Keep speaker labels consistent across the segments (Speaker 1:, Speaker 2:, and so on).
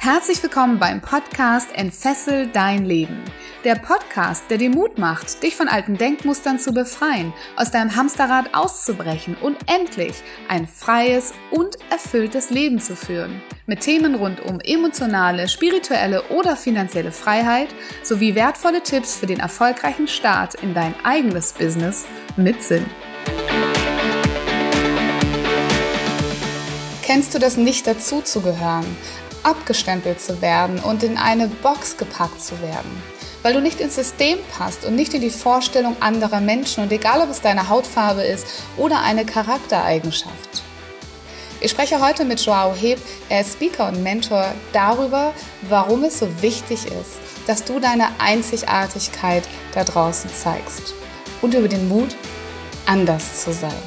Speaker 1: Herzlich willkommen beim Podcast Entfessel dein Leben. Der Podcast, der dir Mut macht, dich von alten Denkmustern zu befreien, aus deinem Hamsterrad auszubrechen und endlich ein freies und erfülltes Leben zu führen. Mit Themen rund um emotionale, spirituelle oder finanzielle Freiheit sowie wertvolle Tipps für den erfolgreichen Start in dein eigenes Business mit Sinn. Kennst du das nicht dazu zu gehören? Abgestempelt zu werden und in eine Box gepackt zu werden, weil du nicht ins System passt und nicht in die Vorstellung anderer Menschen und egal, ob es deine Hautfarbe ist oder eine Charaktereigenschaft. Ich spreche heute mit Joao Heb, er ist Speaker und Mentor, darüber, warum es so wichtig ist, dass du deine Einzigartigkeit da draußen zeigst und über den Mut, anders zu sein.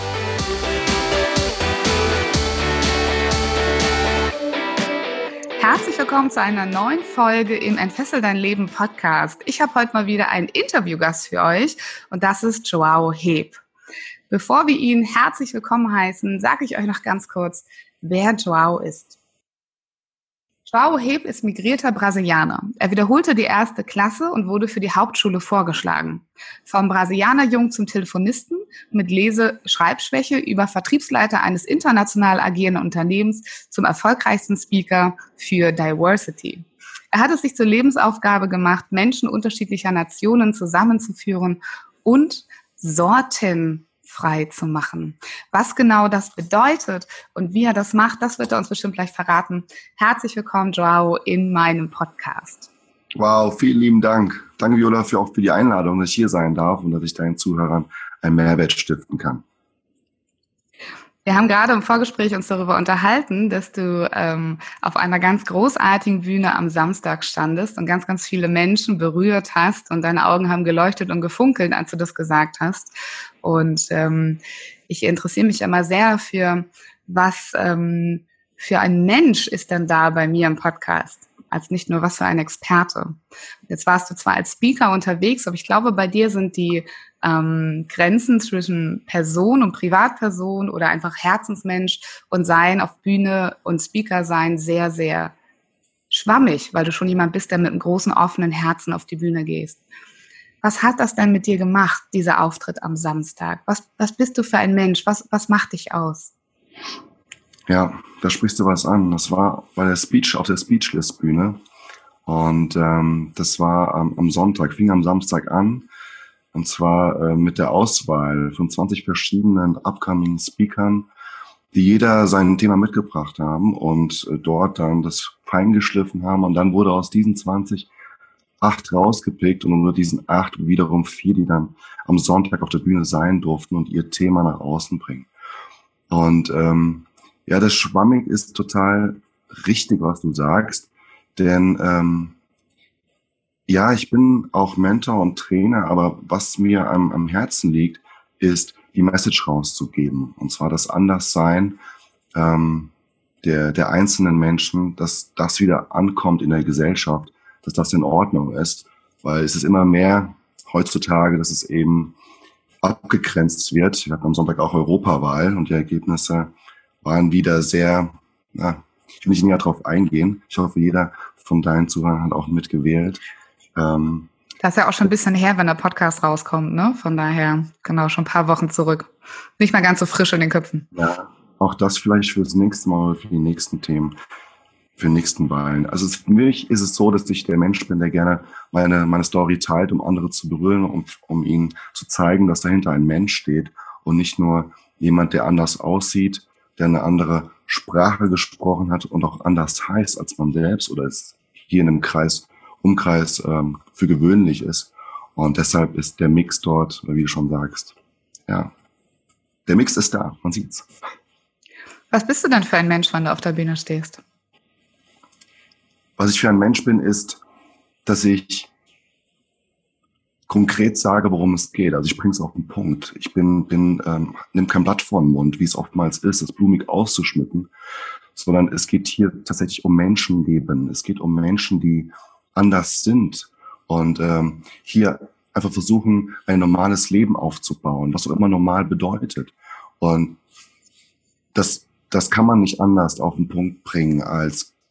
Speaker 1: Herzlich willkommen zu einer neuen Folge im Entfessel dein Leben Podcast. Ich habe heute mal wieder einen Interviewgast für euch und das ist Joao Heb. Bevor wir ihn herzlich willkommen heißen, sage ich euch noch ganz kurz, wer Joao ist. Joao Heb ist migrierter Brasilianer. Er wiederholte die 1. Klasse und wurde für die Hauptschule vorgeschlagen. Vom Brasilianerjungen zum Telefonisten mit Lese-Schreibschwäche über Vertriebsleiter eines international agierenden Unternehmens zum erfolgreichsten Speaker für Diversity. Er hat es sich zur Lebensaufgabe gemacht, Menschen unterschiedlicher Nationen zusammenzuführen und sortenfrei zu machen. Was genau das bedeutet und wie er das macht, das wird er uns bestimmt gleich verraten. Herzlich willkommen, Joao, in meinem Podcast.
Speaker 2: Wow, vielen lieben Dank. Danke, Viola, auch für die Einladung, dass ich hier sein darf und dass ich deinen Zuhörern einen Mehrwert stiften kann.
Speaker 1: Wir haben gerade im Vorgespräch uns darüber unterhalten, dass du auf einer ganz großartigen Bühne am Samstag standest und ganz, ganz viele Menschen berührt hast und deine Augen haben geleuchtet und gefunkelt, als du das gesagt hast. Und ich interessiere mich immer sehr für, was für ein Mensch ist denn da bei mir im Podcast, als nicht nur was für ein Experte. Jetzt warst du zwar als Speaker unterwegs, aber ich glaube, bei dir sind die Grenzen zwischen Person und Privatperson oder einfach Herzensmensch und Sein auf Bühne und Speaker sein sehr, sehr schwammig, weil du schon jemand bist, der mit einem großen, offenen Herzen auf die Bühne gehst. Was hat das denn mit dir gemacht, dieser Auftritt am Samstag? Was bist du für ein Mensch? Was macht dich aus?
Speaker 2: Ja, da sprichst du was an. Das war bei der Speech auf der Speechless-Bühne und das war am Sonntag, fing am Samstag an. Und zwar mit der Auswahl von 20 verschiedenen upcoming Speakern, die jeder sein Thema mitgebracht haben und dort dann das feingeschliffen haben. Und dann wurde aus diesen 20 8 rausgepickt und unter diesen 8 wiederum 4, die dann am Sonntag auf der Bühne sein durften und ihr Thema nach außen bringen. Und ja, das Schwammig ist total richtig, was du sagst, denn ja, ich bin auch Mentor und Trainer, aber was mir am Herzen liegt, ist die Message rauszugeben. Und zwar das Anderssein der einzelnen Menschen, dass das wieder ankommt in der Gesellschaft, dass das in Ordnung ist. Weil es ist immer mehr heutzutage, dass es eben abgegrenzt wird. Wir hatten am Sonntag auch Europawahl und die Ergebnisse waren wieder sehr, ich will nicht näher drauf eingehen. Ich hoffe, jeder von deinen Zuhörern hat auch mitgewählt.
Speaker 1: Das ist ja auch schon ein bisschen her, wenn der Podcast rauskommt, ne? Von daher, genau, schon ein paar Wochen zurück. Nicht mehr ganz so frisch in den Köpfen.
Speaker 2: Ja, auch das vielleicht fürs nächste Mal oder für die nächsten Themen, für die nächsten Wahlen. Also für mich ist es so, dass ich der Mensch bin, der gerne meine Story teilt, um andere zu berühren und um ihnen zu zeigen, dass dahinter ein Mensch steht und nicht nur jemand, der anders aussieht, der eine andere Sprache gesprochen hat und auch anders heißt als man selbst oder es hier in einem Umkreis für gewöhnlich ist. Und deshalb ist der Mix dort, wie du schon sagst, ja, der Mix ist da, man sieht's.
Speaker 1: Was bist du denn für ein Mensch, wenn du auf der Bühne stehst?
Speaker 2: Was ich für ein Mensch bin, ist, dass ich konkret sage, worum es geht. Also ich bringe es auf den Punkt. Ich nimm kein Blatt vor den Mund, wie es oftmals ist, das blumig auszuschmücken, sondern es geht hier tatsächlich um Menschenleben. Es geht um Menschen, die anders sind und hier einfach versuchen, ein normales Leben aufzubauen, was auch immer normal bedeutet. Und das kann man nicht anders auf den Punkt bringen als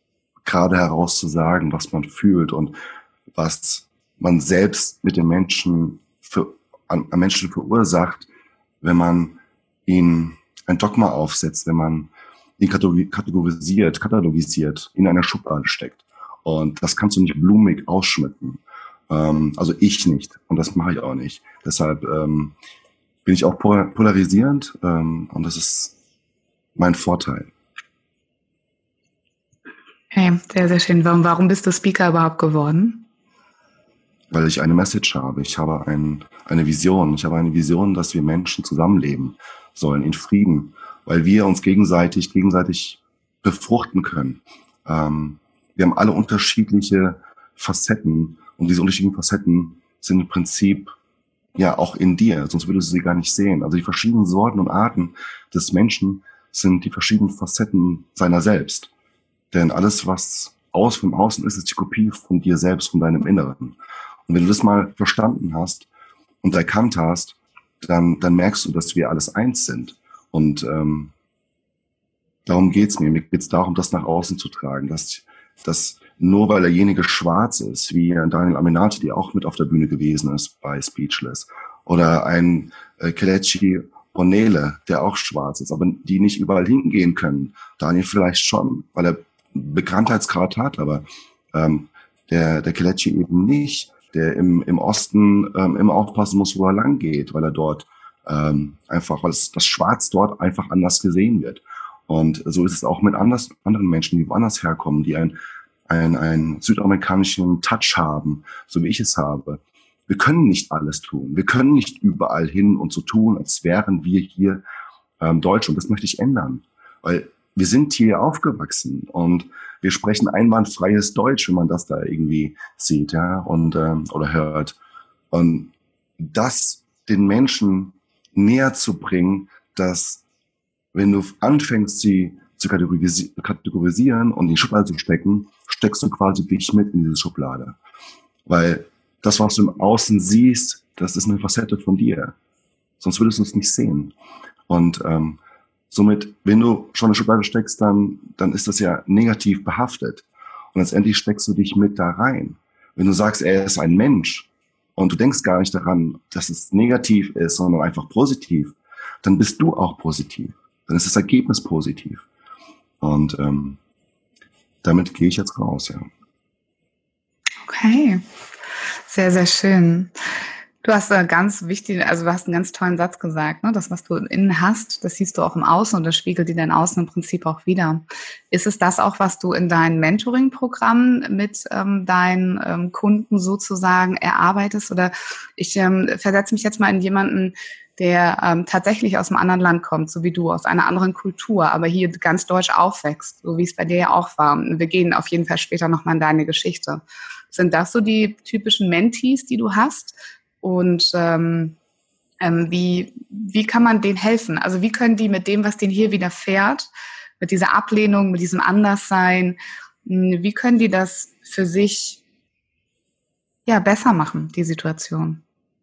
Speaker 2: gerade heraus zu sagen, was man fühlt und was man selbst mit dem Menschen am Menschen verursacht, wenn man ihn ein Dogma aufsetzt, wenn man ihn katalogisiert, in eine Schublade steckt. Und das kannst du nicht blumig ausschmücken. Also ich nicht. Und das mache ich auch nicht. Deshalb bin ich auch polarisierend und das ist mein Vorteil.
Speaker 1: Hey, sehr, sehr schön. Warum bist du Speaker überhaupt geworden?
Speaker 2: Weil ich eine Message habe. Ich habe eine Vision. Ich habe eine Vision, dass wir Menschen zusammenleben sollen, in Frieden, weil wir uns gegenseitig befruchten können. Wir haben alle unterschiedliche Facetten und diese unterschiedlichen Facetten sind im Prinzip ja auch in dir, sonst würdest du sie gar nicht sehen. Also die verschiedenen Sorten und Arten des Menschen sind die verschiedenen Facetten seiner selbst. Denn alles, was vom Außen ist die Kopie von dir selbst, von deinem Inneren. Und wenn du das mal verstanden hast und erkannt hast, dann merkst du, dass wir alles eins sind. Und darum geht's mir. Mir geht's darum, das nach außen zu tragen. Dass nur weil derjenige schwarz ist, wie Daniel Aminati, die auch mit auf der Bühne gewesen ist bei Speechless, oder ein Kelechi Onele, der auch schwarz ist, aber die nicht überall hingehen können. Daniel vielleicht schon, weil er Bekanntheitsgrad hat, aber der Kelechi eben nicht, der im Osten immer aufpassen muss, wo er lang geht, weil er dort einfach, weil das Schwarz dort einfach anders gesehen wird. Und so ist es auch mit anderen Menschen, die woanders herkommen, die einen südamerikanischen Touch haben, so wie ich es habe. Wir können nicht alles tun. Wir können nicht überall hin und so tun, als wären wir hier Deutsche. Und das möchte ich ändern, weil wir sind hier aufgewachsen und wir sprechen einwandfreies Deutsch, wenn man das da irgendwie sieht, ja, und oder hört. Und das den Menschen näher zu bringen, dass wenn du anfängst, sie zu kategorisieren und in die Schublade zu stecken, steckst du quasi dich mit in diese Schublade. Weil das, was du im Außen siehst, das ist eine Facette von dir. Sonst würdest du es nicht sehen. Und somit, wenn du schon in die Schublade steckst, dann ist das ja negativ behaftet. Und letztendlich steckst du dich mit da rein. Wenn du sagst, er ist ein Mensch und du denkst gar nicht daran, dass es negativ ist, sondern einfach positiv, dann bist du auch positiv. Dann ist das Ergebnis positiv. Und damit gehe ich jetzt raus, ja.
Speaker 1: Okay, sehr, sehr schön. Du hast ganz wichtig, also du hast einen ganz tollen Satz gesagt, ne? Das, was du innen hast, das siehst du auch im Außen und das spiegelt dir dein Außen im Prinzip auch wieder. Ist es das auch, was du in deinen Mentoring-Programmen mit deinen Kunden sozusagen erarbeitest? Oder ich versetze mich jetzt mal in jemanden, der tatsächlich aus einem anderen Land kommt, so wie du, aus einer anderen Kultur, aber hier ganz deutsch aufwächst, so wie es bei dir ja auch war. Wir gehen auf jeden Fall später nochmal in deine Geschichte. Sind das so die typischen Mentees, die du hast? Und wie kann man denen helfen? Also wie können die mit dem, was denen hier widerfährt, mit dieser Ablehnung, mit diesem Anderssein, wie können die das für sich ja besser machen, die Situation?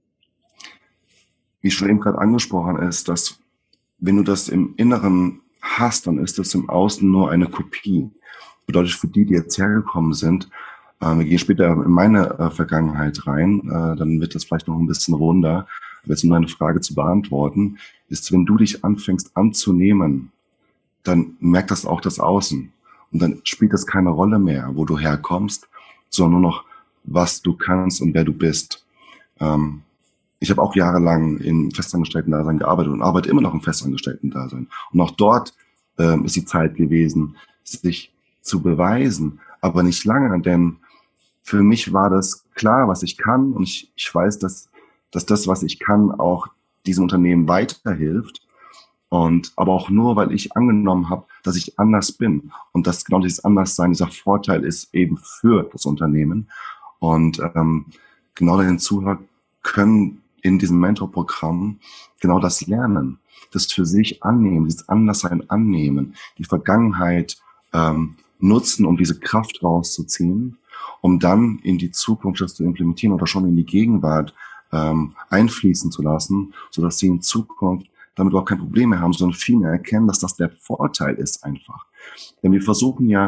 Speaker 2: Wie schon eben gerade angesprochen ist, dass wenn du das im Inneren hast, dann ist das im Außen nur eine Kopie. Bedeutet für die jetzt hergekommen sind, wir gehen später in meine Vergangenheit rein, dann wird das vielleicht noch ein bisschen runder. Aber jetzt um deine Frage zu beantworten, ist, wenn du dich anfängst anzunehmen, dann merkt das auch das Außen. Und dann spielt das keine Rolle mehr, wo du herkommst, sondern nur noch, was du kannst und wer du bist. Ich habe auch jahrelang im Festangestellten-Dasein gearbeitet und arbeite immer noch im Festangestellten-Dasein. Und auch dort ist die Zeit gewesen, sich zu beweisen, aber nicht lange, denn für mich war das klar, was ich kann und ich weiß, dass das, was ich kann, auch diesem Unternehmen weiterhilft. Und aber auch nur, weil ich angenommen habe, dass ich anders bin und dass genau dieses Anderssein dieser Vorteil ist eben für das Unternehmen. Und genau den Zuhörer können in diesem Mentorprogramm genau das lernen, das für sich annehmen, dieses Anderssein annehmen, die Vergangenheit nutzen, um diese Kraft rauszuziehen, um dann in die Zukunft das zu implementieren oder schon in die Gegenwart einfließen zu lassen, sodass sie in Zukunft damit auch kein Problem mehr haben, sondern viel mehr erkennen, dass das der Vorteil ist einfach. Denn wir versuchen ja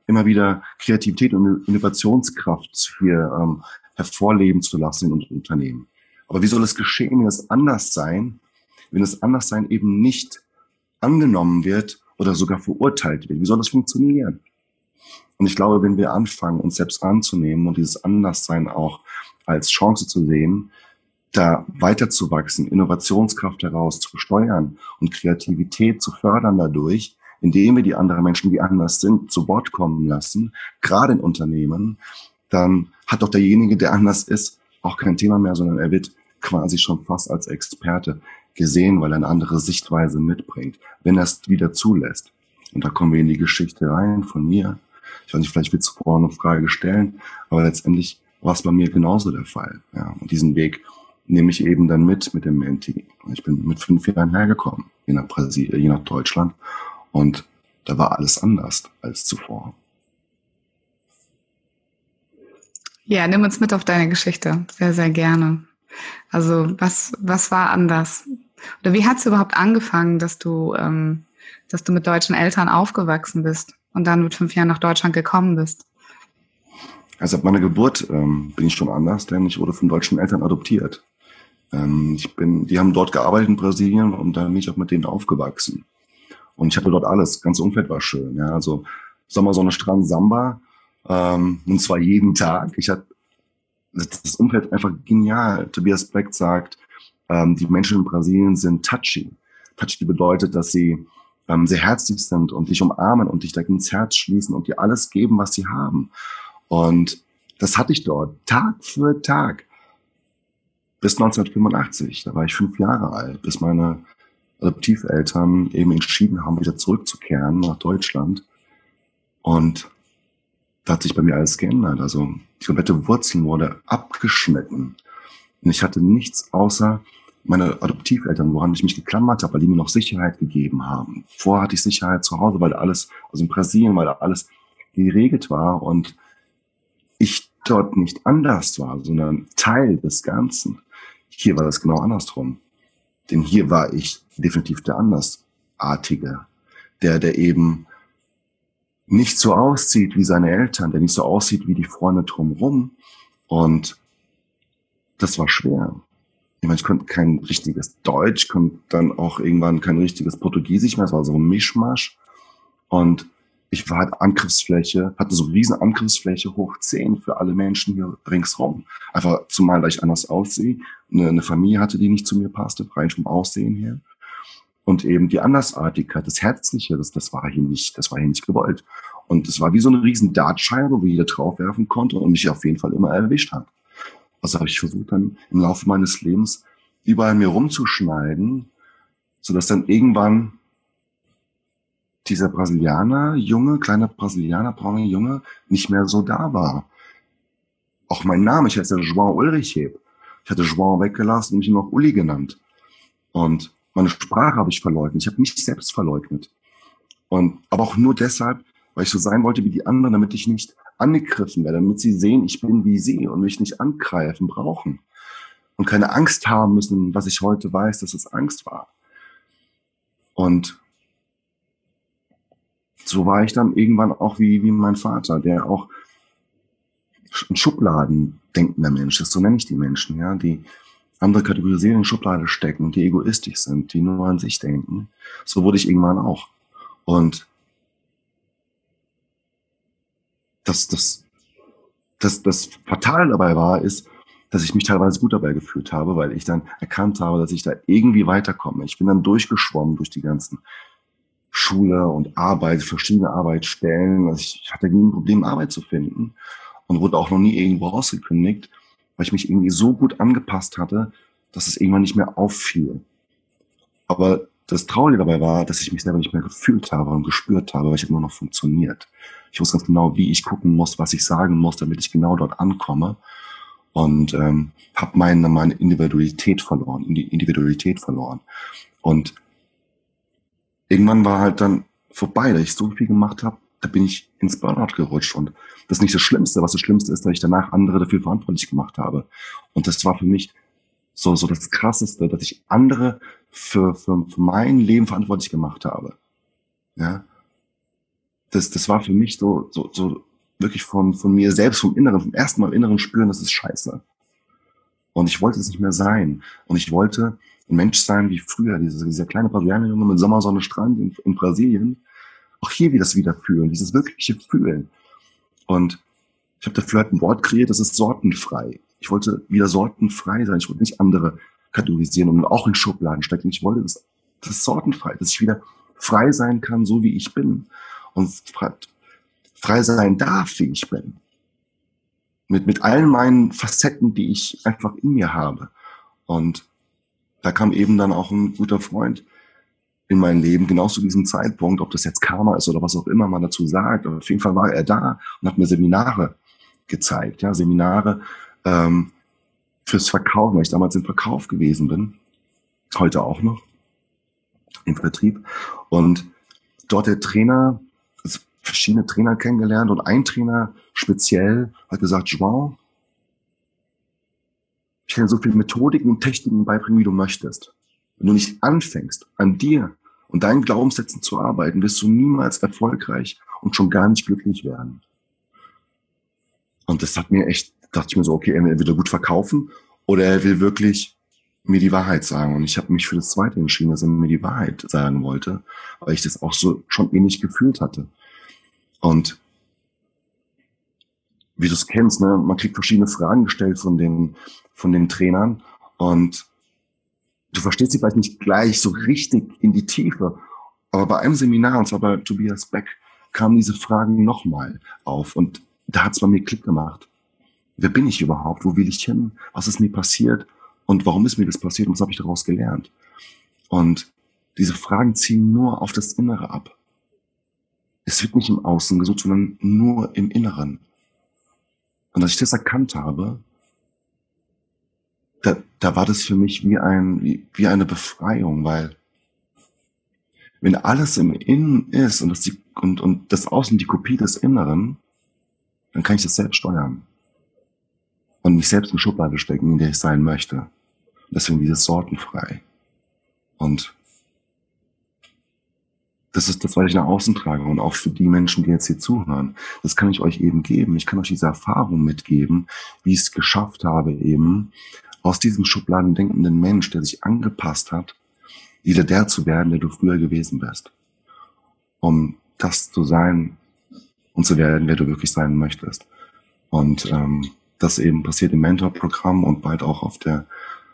Speaker 2: immer wieder Kreativität und Innovationskraft hier hervorleben zu lassen in Unternehmen. Aber wie soll es geschehen, wenn das Anderssein eben nicht angenommen wird oder sogar verurteilt wird? Wie soll das funktionieren? Und ich glaube, wenn wir anfangen, uns selbst anzunehmen und dieses Anderssein auch als Chance zu sehen, da weiterzuwachsen, Innovationskraft heraus zu steuern und Kreativität zu fördern dadurch, indem wir die anderen Menschen, die anders sind, zu Wort kommen lassen, gerade in Unternehmen, dann hat doch derjenige, der anders ist, auch kein Thema mehr, sondern er wird quasi schon fast als Experte gesehen, weil er eine andere Sichtweise mitbringt, wenn er es wieder zulässt. Und da kommen wir in die Geschichte rein von mir. Ich weiß nicht, vielleicht willst du vorher eine Frage stellen, aber letztendlich war es bei mir genauso der Fall. Ja, und diesen Weg nehme ich eben dann mit dem Menti. Ich bin mit 5 Jahren hergekommen, je nach Brasilien, je nach Deutschland. Und da war alles anders als zuvor.
Speaker 1: Ja, nimm uns mit auf deine Geschichte. Sehr, sehr gerne. Also was war anders? Oder wie hat es überhaupt angefangen, dass du mit deutschen Eltern aufgewachsen bist und dann mit 5 Jahren nach Deutschland gekommen bist?
Speaker 2: Also ab meiner Geburt bin ich schon anders, denn ich wurde von deutschen Eltern adoptiert. Die haben dort gearbeitet in Brasilien und dann bin ich auch mit denen aufgewachsen. Und ich hatte dort alles, ganz Umfeld war schön. Ja, also Sommersonne, Strand, Samba, und zwar jeden Tag. Ich hatte das Umfeld einfach genial. Tobias Beck sagt, die Menschen in Brasilien sind touchy. Touchy bedeutet, dass sie sehr herzlich sind und dich umarmen und dich direkt ins Herz schließen und dir alles geben, was sie haben. Und das hatte ich dort, Tag für Tag. Bis 1985, da war ich 5 Jahre alt, bis meine Adoptiveltern eben entschieden haben, wieder zurückzukehren nach Deutschland. Und da hat sich bei mir alles geändert. Also die komplette Wurzel wurde abgeschnitten. Und ich hatte nichts außer meine Adoptiveltern, woran ich mich geklammert habe, weil die mir noch Sicherheit gegeben haben. Vorher hatte ich Sicherheit zu Hause, weil da alles, also in Brasilien, weil da alles geregelt war und ich dort nicht anders war, sondern Teil des Ganzen. Hier war das genau andersrum. Denn hier war ich definitiv der Andersartige, der eben nicht so aussieht wie seine Eltern, der nicht so aussieht wie die Freunde drumherum. Und das war schwer. Ich meine, ich konnte kein richtiges Deutsch, konnte dann auch irgendwann kein richtiges Portugiesisch mehr, es war so ein Mischmasch. Und ich war halt Angriffsfläche, hatte so eine riesen Angriffsfläche hoch 10 für alle Menschen hier ringsrum. Einfach zumal, weil ich anders aussehe, eine Familie hatte, die nicht zu mir passte, rein vom Aussehen her. Und eben die Andersartigkeit, das Herzliche, das war hier nicht gewollt. Und es war wie so eine riesen Dartscheibe, wo jeder draufwerfen konnte und mich auf jeden Fall immer erwischt hat. Also habe ich versucht dann im Laufe meines Lebens überall mir rumzuschneiden, sodass dann irgendwann dieser kleine Brasilianer, braune Junge, nicht mehr so da war. Auch mein Name, ich heiße João Ulrich Heb. Ich hatte João weggelassen und mich nur noch Uli genannt. Und meine Sprache habe ich verleugnet. Ich habe mich selbst verleugnet. Aber auch nur deshalb, weil ich so sein wollte wie die anderen, damit ich nicht angegriffen werde, damit sie sehen, ich bin wie sie und mich nicht angreifen brauchen. Und keine Angst haben müssen, was ich heute weiß, dass es Angst war. Und so war ich dann irgendwann auch wie mein Vater, der auch ein Schubladendenkender Mensch ist. So nenne ich die Menschen, ja, die andere kategorisieren, in Schublade stecken und die egoistisch sind, die nur an sich denken. So wurde ich irgendwann auch. Und das Fatale dabei war, ist, dass ich mich teilweise gut dabei gefühlt habe, weil ich dann erkannt habe, dass ich da irgendwie weiterkomme. Ich bin dann durchgeschwommen durch die ganzen Schule und Arbeit, verschiedene Arbeitsstellen. Also ich hatte nie ein Problem, Arbeit zu finden und wurde auch noch nie irgendwo rausgekündigt, weil ich mich irgendwie so gut angepasst hatte, dass es irgendwann nicht mehr auffiel. Aber das Traurige dabei war, dass ich mich selber nicht mehr gefühlt habe und gespürt habe, weil ich habe nur noch funktioniert. Ich wusste ganz genau, wie ich gucken muss, was ich sagen muss, damit ich genau dort ankomme. Und habe meine Individualität verloren, Und irgendwann war halt dann vorbei, da ich so viel gemacht habe, da bin ich ins Burnout gerutscht. Und das ist nicht das Schlimmste. Was das Schlimmste ist, dass ich danach andere dafür verantwortlich gemacht habe. Und das war für mich so das Krasseste, dass ich andere für mein Leben verantwortlich gemacht habe. Ja. das war für mich so wirklich von mir selbst, vom ersten Mal im Inneren spüren, das ist scheiße. Und ich wollte es nicht mehr sein. Und ich wollte ein Mensch sein wie früher, dieser kleine Brasilianer Junge mit Sommersonne Strand in Brasilien. Auch hier das wieder fühlen, dieses wirkliche Fühlen. Und ich habe dafür halt ein Wort kreiert, das ist sortenfrei. Ich wollte wieder sortenfrei sein. Ich wollte nicht andere kategorisieren und auch in Schubladen stecken. Ich wollte das ist sortenfrei, dass ich wieder frei sein kann, so wie ich bin. Und frei sein darf, wie ich bin. Mit allen meinen Facetten, die ich einfach in mir habe. Und da kam eben dann auch ein guter Freund in mein Leben, genau zu diesem Zeitpunkt, ob das jetzt Karma ist oder was auch immer man dazu sagt. Aber auf jeden Fall war er da und hat mir Seminare gezeigt. Ja, Seminare fürs Verkaufen, weil ich damals im Verkauf gewesen bin. Heute auch noch. Im Vertrieb. Und dort der Trainer, also verschiedene Trainer kennengelernt und ein Trainer speziell hat gesagt, João, ich kann dir so viele Methodiken und Techniken beibringen, wie du möchtest. Wenn du nicht anfängst, an dir und deinen Glaubenssätzen zu arbeiten, wirst du niemals erfolgreich und schon gar nicht glücklich werden. Und das hat mir echt, dachte ich mir so, okay, er will gut verkaufen oder er will wirklich mir die Wahrheit sagen. Und ich habe mich für das Zweite entschieden, dass er mir die Wahrheit sagen wollte, weil ich das auch so schon ähnlich gefühlt hatte. Und wie du es kennst, ne, man kriegt verschiedene Fragen gestellt von den Trainern und du verstehst sie vielleicht nicht gleich so richtig in die Tiefe. Aber bei einem Seminar, und zwar bei Tobias Beck, kamen diese Fragen nochmal auf und da hat es bei mir Klick gemacht. Wer bin ich überhaupt? Wo will ich hin? Was ist mir passiert? Und warum ist mir das passiert? Und was habe ich daraus gelernt? Und diese Fragen ziehen nur auf das Innere ab. Es wird nicht im Außen gesucht, sondern nur im Inneren. Und als ich das erkannt habe, da war das für mich wie eine Befreiung, weil wenn alles im Innen ist und das Außen die Kopie des Inneren, dann kann ich das selbst steuern. Und mich selbst in Schublade stecken, in der ich sein möchte. Deswegen dieses sortenfrei. Und das ist das, was ich nach außen trage. Und auch für die Menschen, die jetzt hier zuhören. Das kann ich euch eben geben. Ich kann euch diese Erfahrung mitgeben, wie ich es geschafft habe, eben aus diesem Schubladen denkenden Mensch, der sich angepasst hat, wieder der zu werden, der du früher gewesen bist. Um das zu sein und zu werden, wer du wirklich sein möchtest. Und das eben passiert im Mentorprogramm und bald auch auf der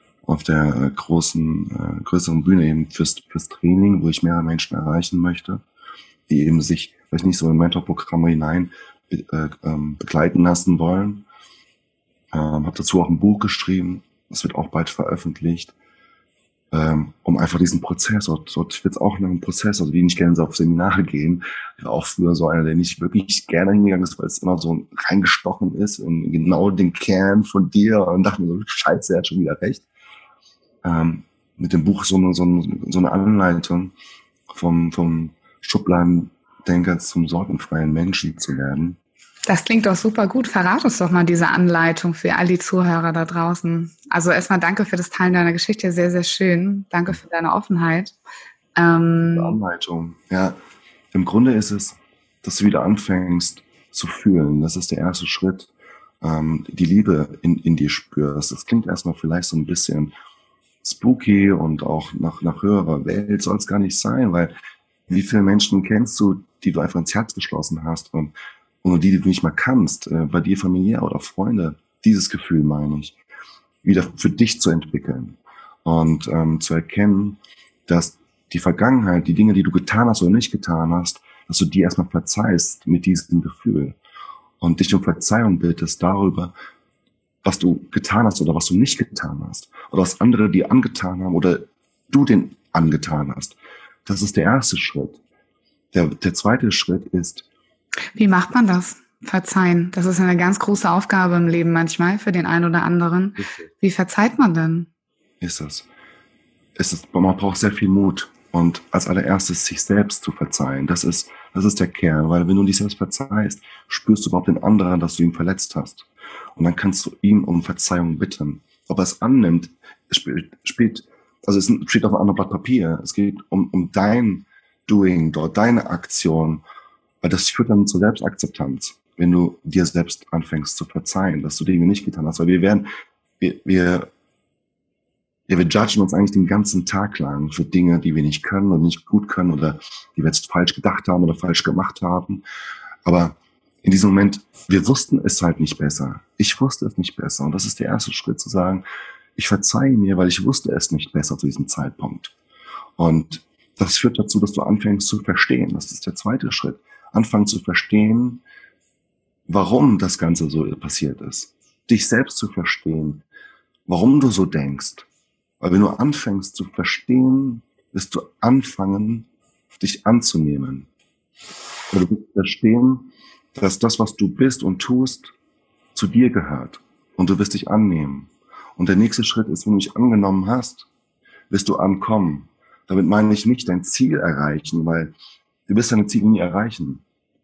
Speaker 2: größeren Bühne eben fürs Training, wo ich mehrere Menschen erreichen möchte, die eben sich vielleicht nicht so in Mentorprogramme hinein begleiten lassen wollen. Habe dazu auch ein Buch geschrieben, das wird auch bald veröffentlicht, um einfach diesen Prozess, dort wird es auch noch ein Prozess, also die nicht gerne so auf Seminare gehen, ich war auch früher so einer, der nicht wirklich gerne hingegangen ist, weil es immer so reingestochen ist in genau den Kern von dir und dachte mir so, scheiße, er hat schon wieder recht. Mit dem Buch so eine Anleitung vom Schubladendenker zum sorgenfreien Menschen zu werden.
Speaker 1: Das klingt doch super gut. Verrat uns doch mal diese Anleitung für all die Zuhörer da draußen. Also erstmal danke für das Teilen deiner Geschichte, sehr, sehr schön. Danke für deine Offenheit.
Speaker 2: Die Anleitung, ja. Im Grunde ist es, dass du wieder anfängst zu fühlen. Das ist der erste Schritt. Die Liebe in dir spürst. Das klingt erstmal vielleicht so ein bisschen spooky und auch nach höherer Welt soll es gar nicht sein, weil wie viele Menschen kennst du, die du einfach ins Herz geschlossen hast und die du nicht mehr kannst, bei dir familiär oder Freunde, dieses Gefühl meine ich, wieder für dich zu entwickeln und zu erkennen, dass die Vergangenheit, die Dinge, die du getan hast oder nicht getan hast, dass du die erstmal verzeihst mit diesem Gefühl und dich um Verzeihung bittest darüber, was du getan hast oder was du nicht getan hast oder was andere dir angetan haben oder du den angetan hast. Das ist der erste Schritt. Der zweite Schritt ist...
Speaker 1: Wie macht man das? Verzeihen. Das ist eine ganz große Aufgabe im Leben manchmal für den einen oder anderen. Wie verzeiht man denn?
Speaker 2: Man braucht sehr viel Mut. Und als allererstes sich selbst zu verzeihen. Das ist der Kern. Weil wenn du dich selbst verzeihst, spürst du überhaupt den anderen, dass du ihn verletzt hast. Und dann kannst du ihn um Verzeihung bitten. Ob er es annimmt, es steht auf einem anderen Blatt Papier. Es geht um dein Doing dort, deine Aktion. Weil das führt dann zur Selbstakzeptanz, wenn du dir selbst anfängst zu verzeihen, dass du Dinge nicht getan hast. Weil wir judgen uns eigentlich den ganzen Tag lang für Dinge, die wir nicht können und nicht gut können oder die wir jetzt falsch gedacht haben oder falsch gemacht haben. Aber in diesem Moment, wir wussten es halt nicht besser. Ich wusste es nicht besser. Und das ist der erste Schritt, zu sagen, ich verzeihe mir, weil ich wusste es nicht besser zu diesem Zeitpunkt. Und das führt dazu, dass du anfängst zu verstehen. Das ist der zweite Schritt. Anfangen zu verstehen, warum das Ganze so passiert ist. Dich selbst zu verstehen, warum du so denkst. Weil wenn du anfängst zu verstehen, wirst du anfangen, dich anzunehmen. Weil du wirst verstehen, dass das, was du bist und tust, zu dir gehört. Und du wirst dich annehmen. Und der nächste Schritt ist, wenn du dich angenommen hast, wirst du ankommen. Damit meine ich nicht dein Ziel erreichen, weil du wirst deine Ziele nie erreichen.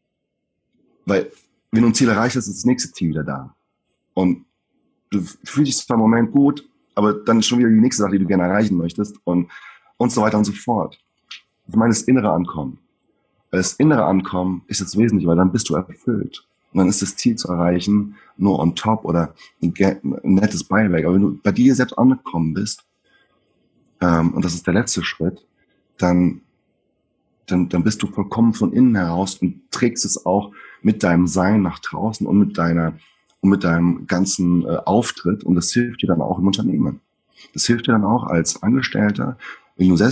Speaker 2: Weil wenn du ein Ziel erreichst, ist das nächste Ziel wieder da. Und du fühlst dich zwar im Moment gut, aber dann ist schon wieder die nächste Sache, die du gerne erreichen möchtest und so weiter und so fort. Ich meine das innere Ankommen. Weil das innere Ankommen ist das Wesentliche, weil dann bist du erfüllt. Und dann ist das Ziel zu erreichen nur on top oder ein nettes Beiwerk. Aber wenn du bei dir selbst angekommen bist, und das ist der letzte Schritt, dann bist du vollkommen von innen heraus und trägst es auch mit deinem Sein nach draußen und mit deinem ganzen Auftritt. Und das hilft dir dann auch im Unternehmen. Das hilft dir dann auch als Angestellter, wenn du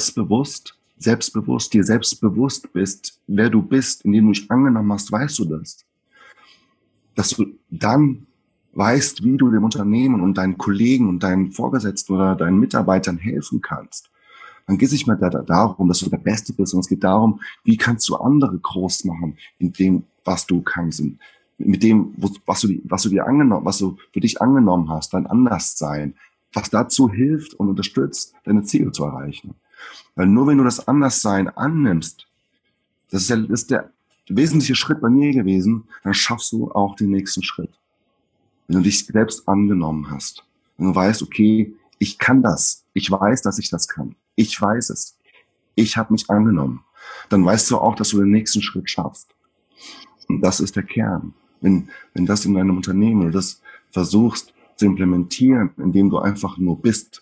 Speaker 2: dir selbst bewusst bist, wer du bist, indem du dich angenommen hast, weißt du das. Dass du dann weißt, wie du dem Unternehmen und deinen Kollegen und deinen Vorgesetzten oder deinen Mitarbeitern helfen kannst. Dann geht es nicht mehr darum, dass du der Beste bist, sondern es geht darum, wie kannst du andere groß machen in dem, was du kannst, mit dem, was du für dich angenommen hast, dein Anderssein, was dazu hilft und unterstützt, deine Ziele zu erreichen. Weil nur wenn du das Anderssein annimmst, das ist der wesentliche Schritt bei mir gewesen, dann schaffst du auch den nächsten Schritt. Wenn du dich selbst angenommen hast. Wenn du weißt, okay, ich kann das. Ich weiß, dass ich das kann. Ich weiß es. Ich habe mich angenommen. Dann weißt du auch, dass du den nächsten Schritt schaffst. Und das ist der Kern. Wenn das in deinem Unternehmen, du das versuchst zu implementieren, indem du einfach nur bist,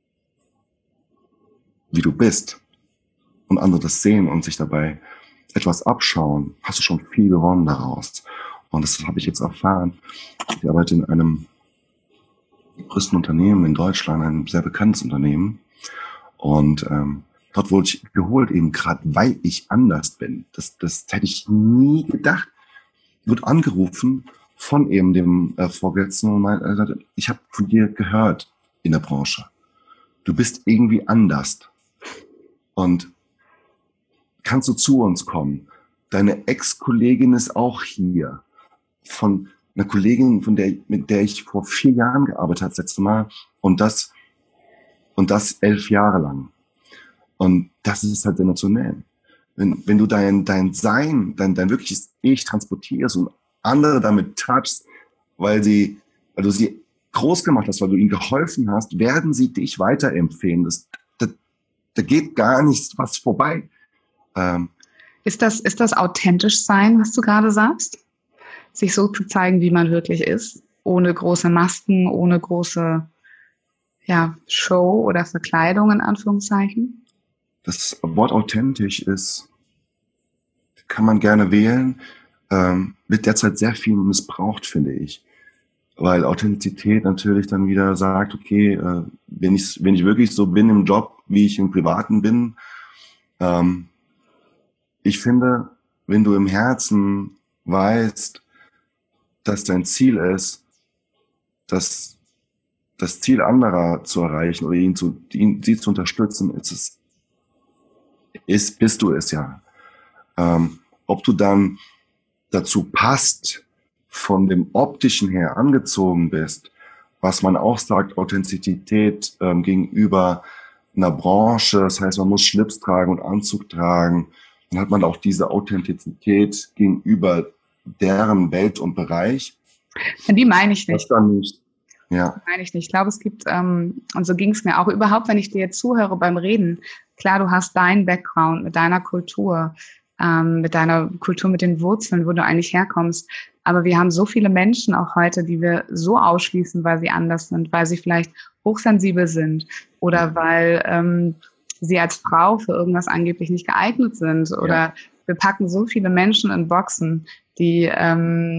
Speaker 2: wie du bist, und andere das sehen und sich dabei etwas abschauen, hast du schon viel gewonnen daraus. Und das habe ich jetzt erfahren. Ich arbeite in einem größten Unternehmen in Deutschland, einem sehr bekanntes Unternehmen. Und dort wurde ich geholt, eben gerade weil ich anders bin. Das hätte ich nie gedacht. Ich wurde angerufen von eben dem Vorgesetzten und meinte, ich habe von dir gehört in der Branche. Du bist irgendwie anders. Und kannst du zu uns kommen? Deine Ex-Kollegin ist auch hier. Von einer Kollegin, mit der ich vor 4 Jahren gearbeitet habe, das letzte Mal. Und das 11 Jahre lang. Und das ist halt sensationell. Wenn du dein Sein, dein wirkliches Ich transportierst und andere damit touchst, weil du sie groß gemacht hast, weil du ihnen geholfen hast, werden sie dich weiterempfehlen. Da geht gar nichts was vorbei.
Speaker 1: Ist das authentisch sein, was du gerade sagst? Sich so zu zeigen, wie man wirklich ist, ohne große Masken, ohne große Show oder Verkleidung in Anführungszeichen?
Speaker 2: Das Wort authentisch kann man gerne wählen, wird derzeit sehr viel missbraucht, finde ich. Weil Authentizität natürlich dann wieder sagt, okay, wenn ich wirklich so bin im Job, wie ich im Privaten bin, ich finde, wenn du im Herzen weißt, dass dein Ziel ist, das Ziel anderer zu erreichen oder sie zu unterstützen, bist du es ja. Ob du dann dazu passt, von dem Optischen her angezogen bist, was man auch sagt, Authentizität gegenüber einer Branche, das heißt, man muss Schlips tragen und Anzug tragen, dann hat man auch diese Authentizität gegenüber deren Welt und Bereich.
Speaker 1: Die meine ich nicht.
Speaker 2: Das dann nicht. Ja.
Speaker 1: Meine ich nicht. Ich glaube, es gibt, und so ging es mir auch überhaupt, wenn ich dir zuhöre beim Reden. Klar, du hast deinen Background mit deiner Kultur, mit deiner Kultur, mit den Wurzeln, wo du eigentlich herkommst. Aber wir haben so viele Menschen auch heute, die wir so ausschließen, weil sie anders sind, weil sie vielleicht hochsensibel sind oder weil sie als Frau für irgendwas angeblich nicht geeignet sind. Oder wir packen so viele Menschen in Boxen, die da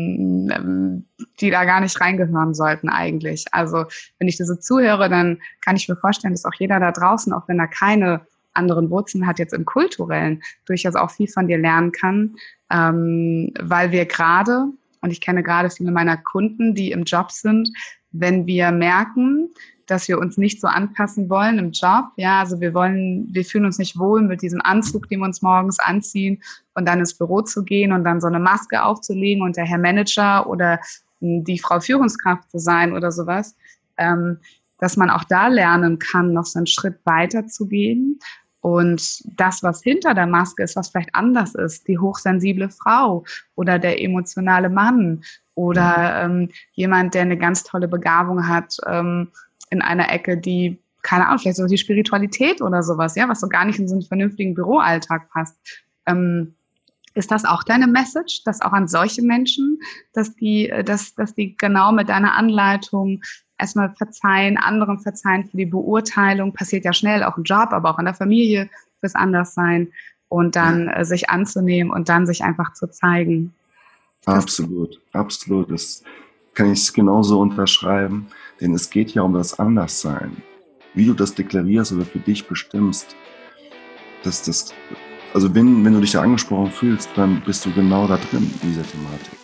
Speaker 1: gar nicht reingehören sollten eigentlich. Also wenn ich das so zuhöre, dann kann ich mir vorstellen, dass auch jeder da draußen, auch wenn er keine anderen Wurzeln hat, jetzt im Kulturellen, durchaus auch viel von dir lernen kann, weil wir gerade, und ich kenne gerade viele meiner Kunden, die im Job sind, wenn wir merken, dass wir uns nicht so anpassen wollen im Job, ja, also wir fühlen uns nicht wohl mit diesem Anzug, den wir uns morgens anziehen und dann ins Büro zu gehen und dann so eine Maske aufzulegen und der Herr Manager oder die Frau Führungskraft zu sein oder sowas, dass man auch da lernen kann, noch so einen Schritt weiter zu gehen. Und das, was hinter der Maske ist, was vielleicht anders ist, die hochsensible Frau oder der emotionale Mann oder jemand, der eine ganz tolle Begabung hat in einer Ecke, die, keine Ahnung, vielleicht so die Spiritualität oder sowas, ja, was so gar nicht in so einen vernünftigen Büroalltag passt. Ist das auch deine Message, dass auch an solche Menschen, dass die genau mit deiner Anleitung erstmal verzeihen, anderen verzeihen für die Beurteilung, passiert ja schnell, auch im Job, aber auch in der Familie fürs Anderssein und dann sich anzunehmen und dann sich einfach zu zeigen.
Speaker 2: Absolut, absolut. Das kann ich genauso unterschreiben, denn es geht ja um das Anderssein. Wie du das deklarierst oder für dich bestimmst, also wenn du dich da angesprochen fühlst, dann bist du genau da drin in dieser Thematik.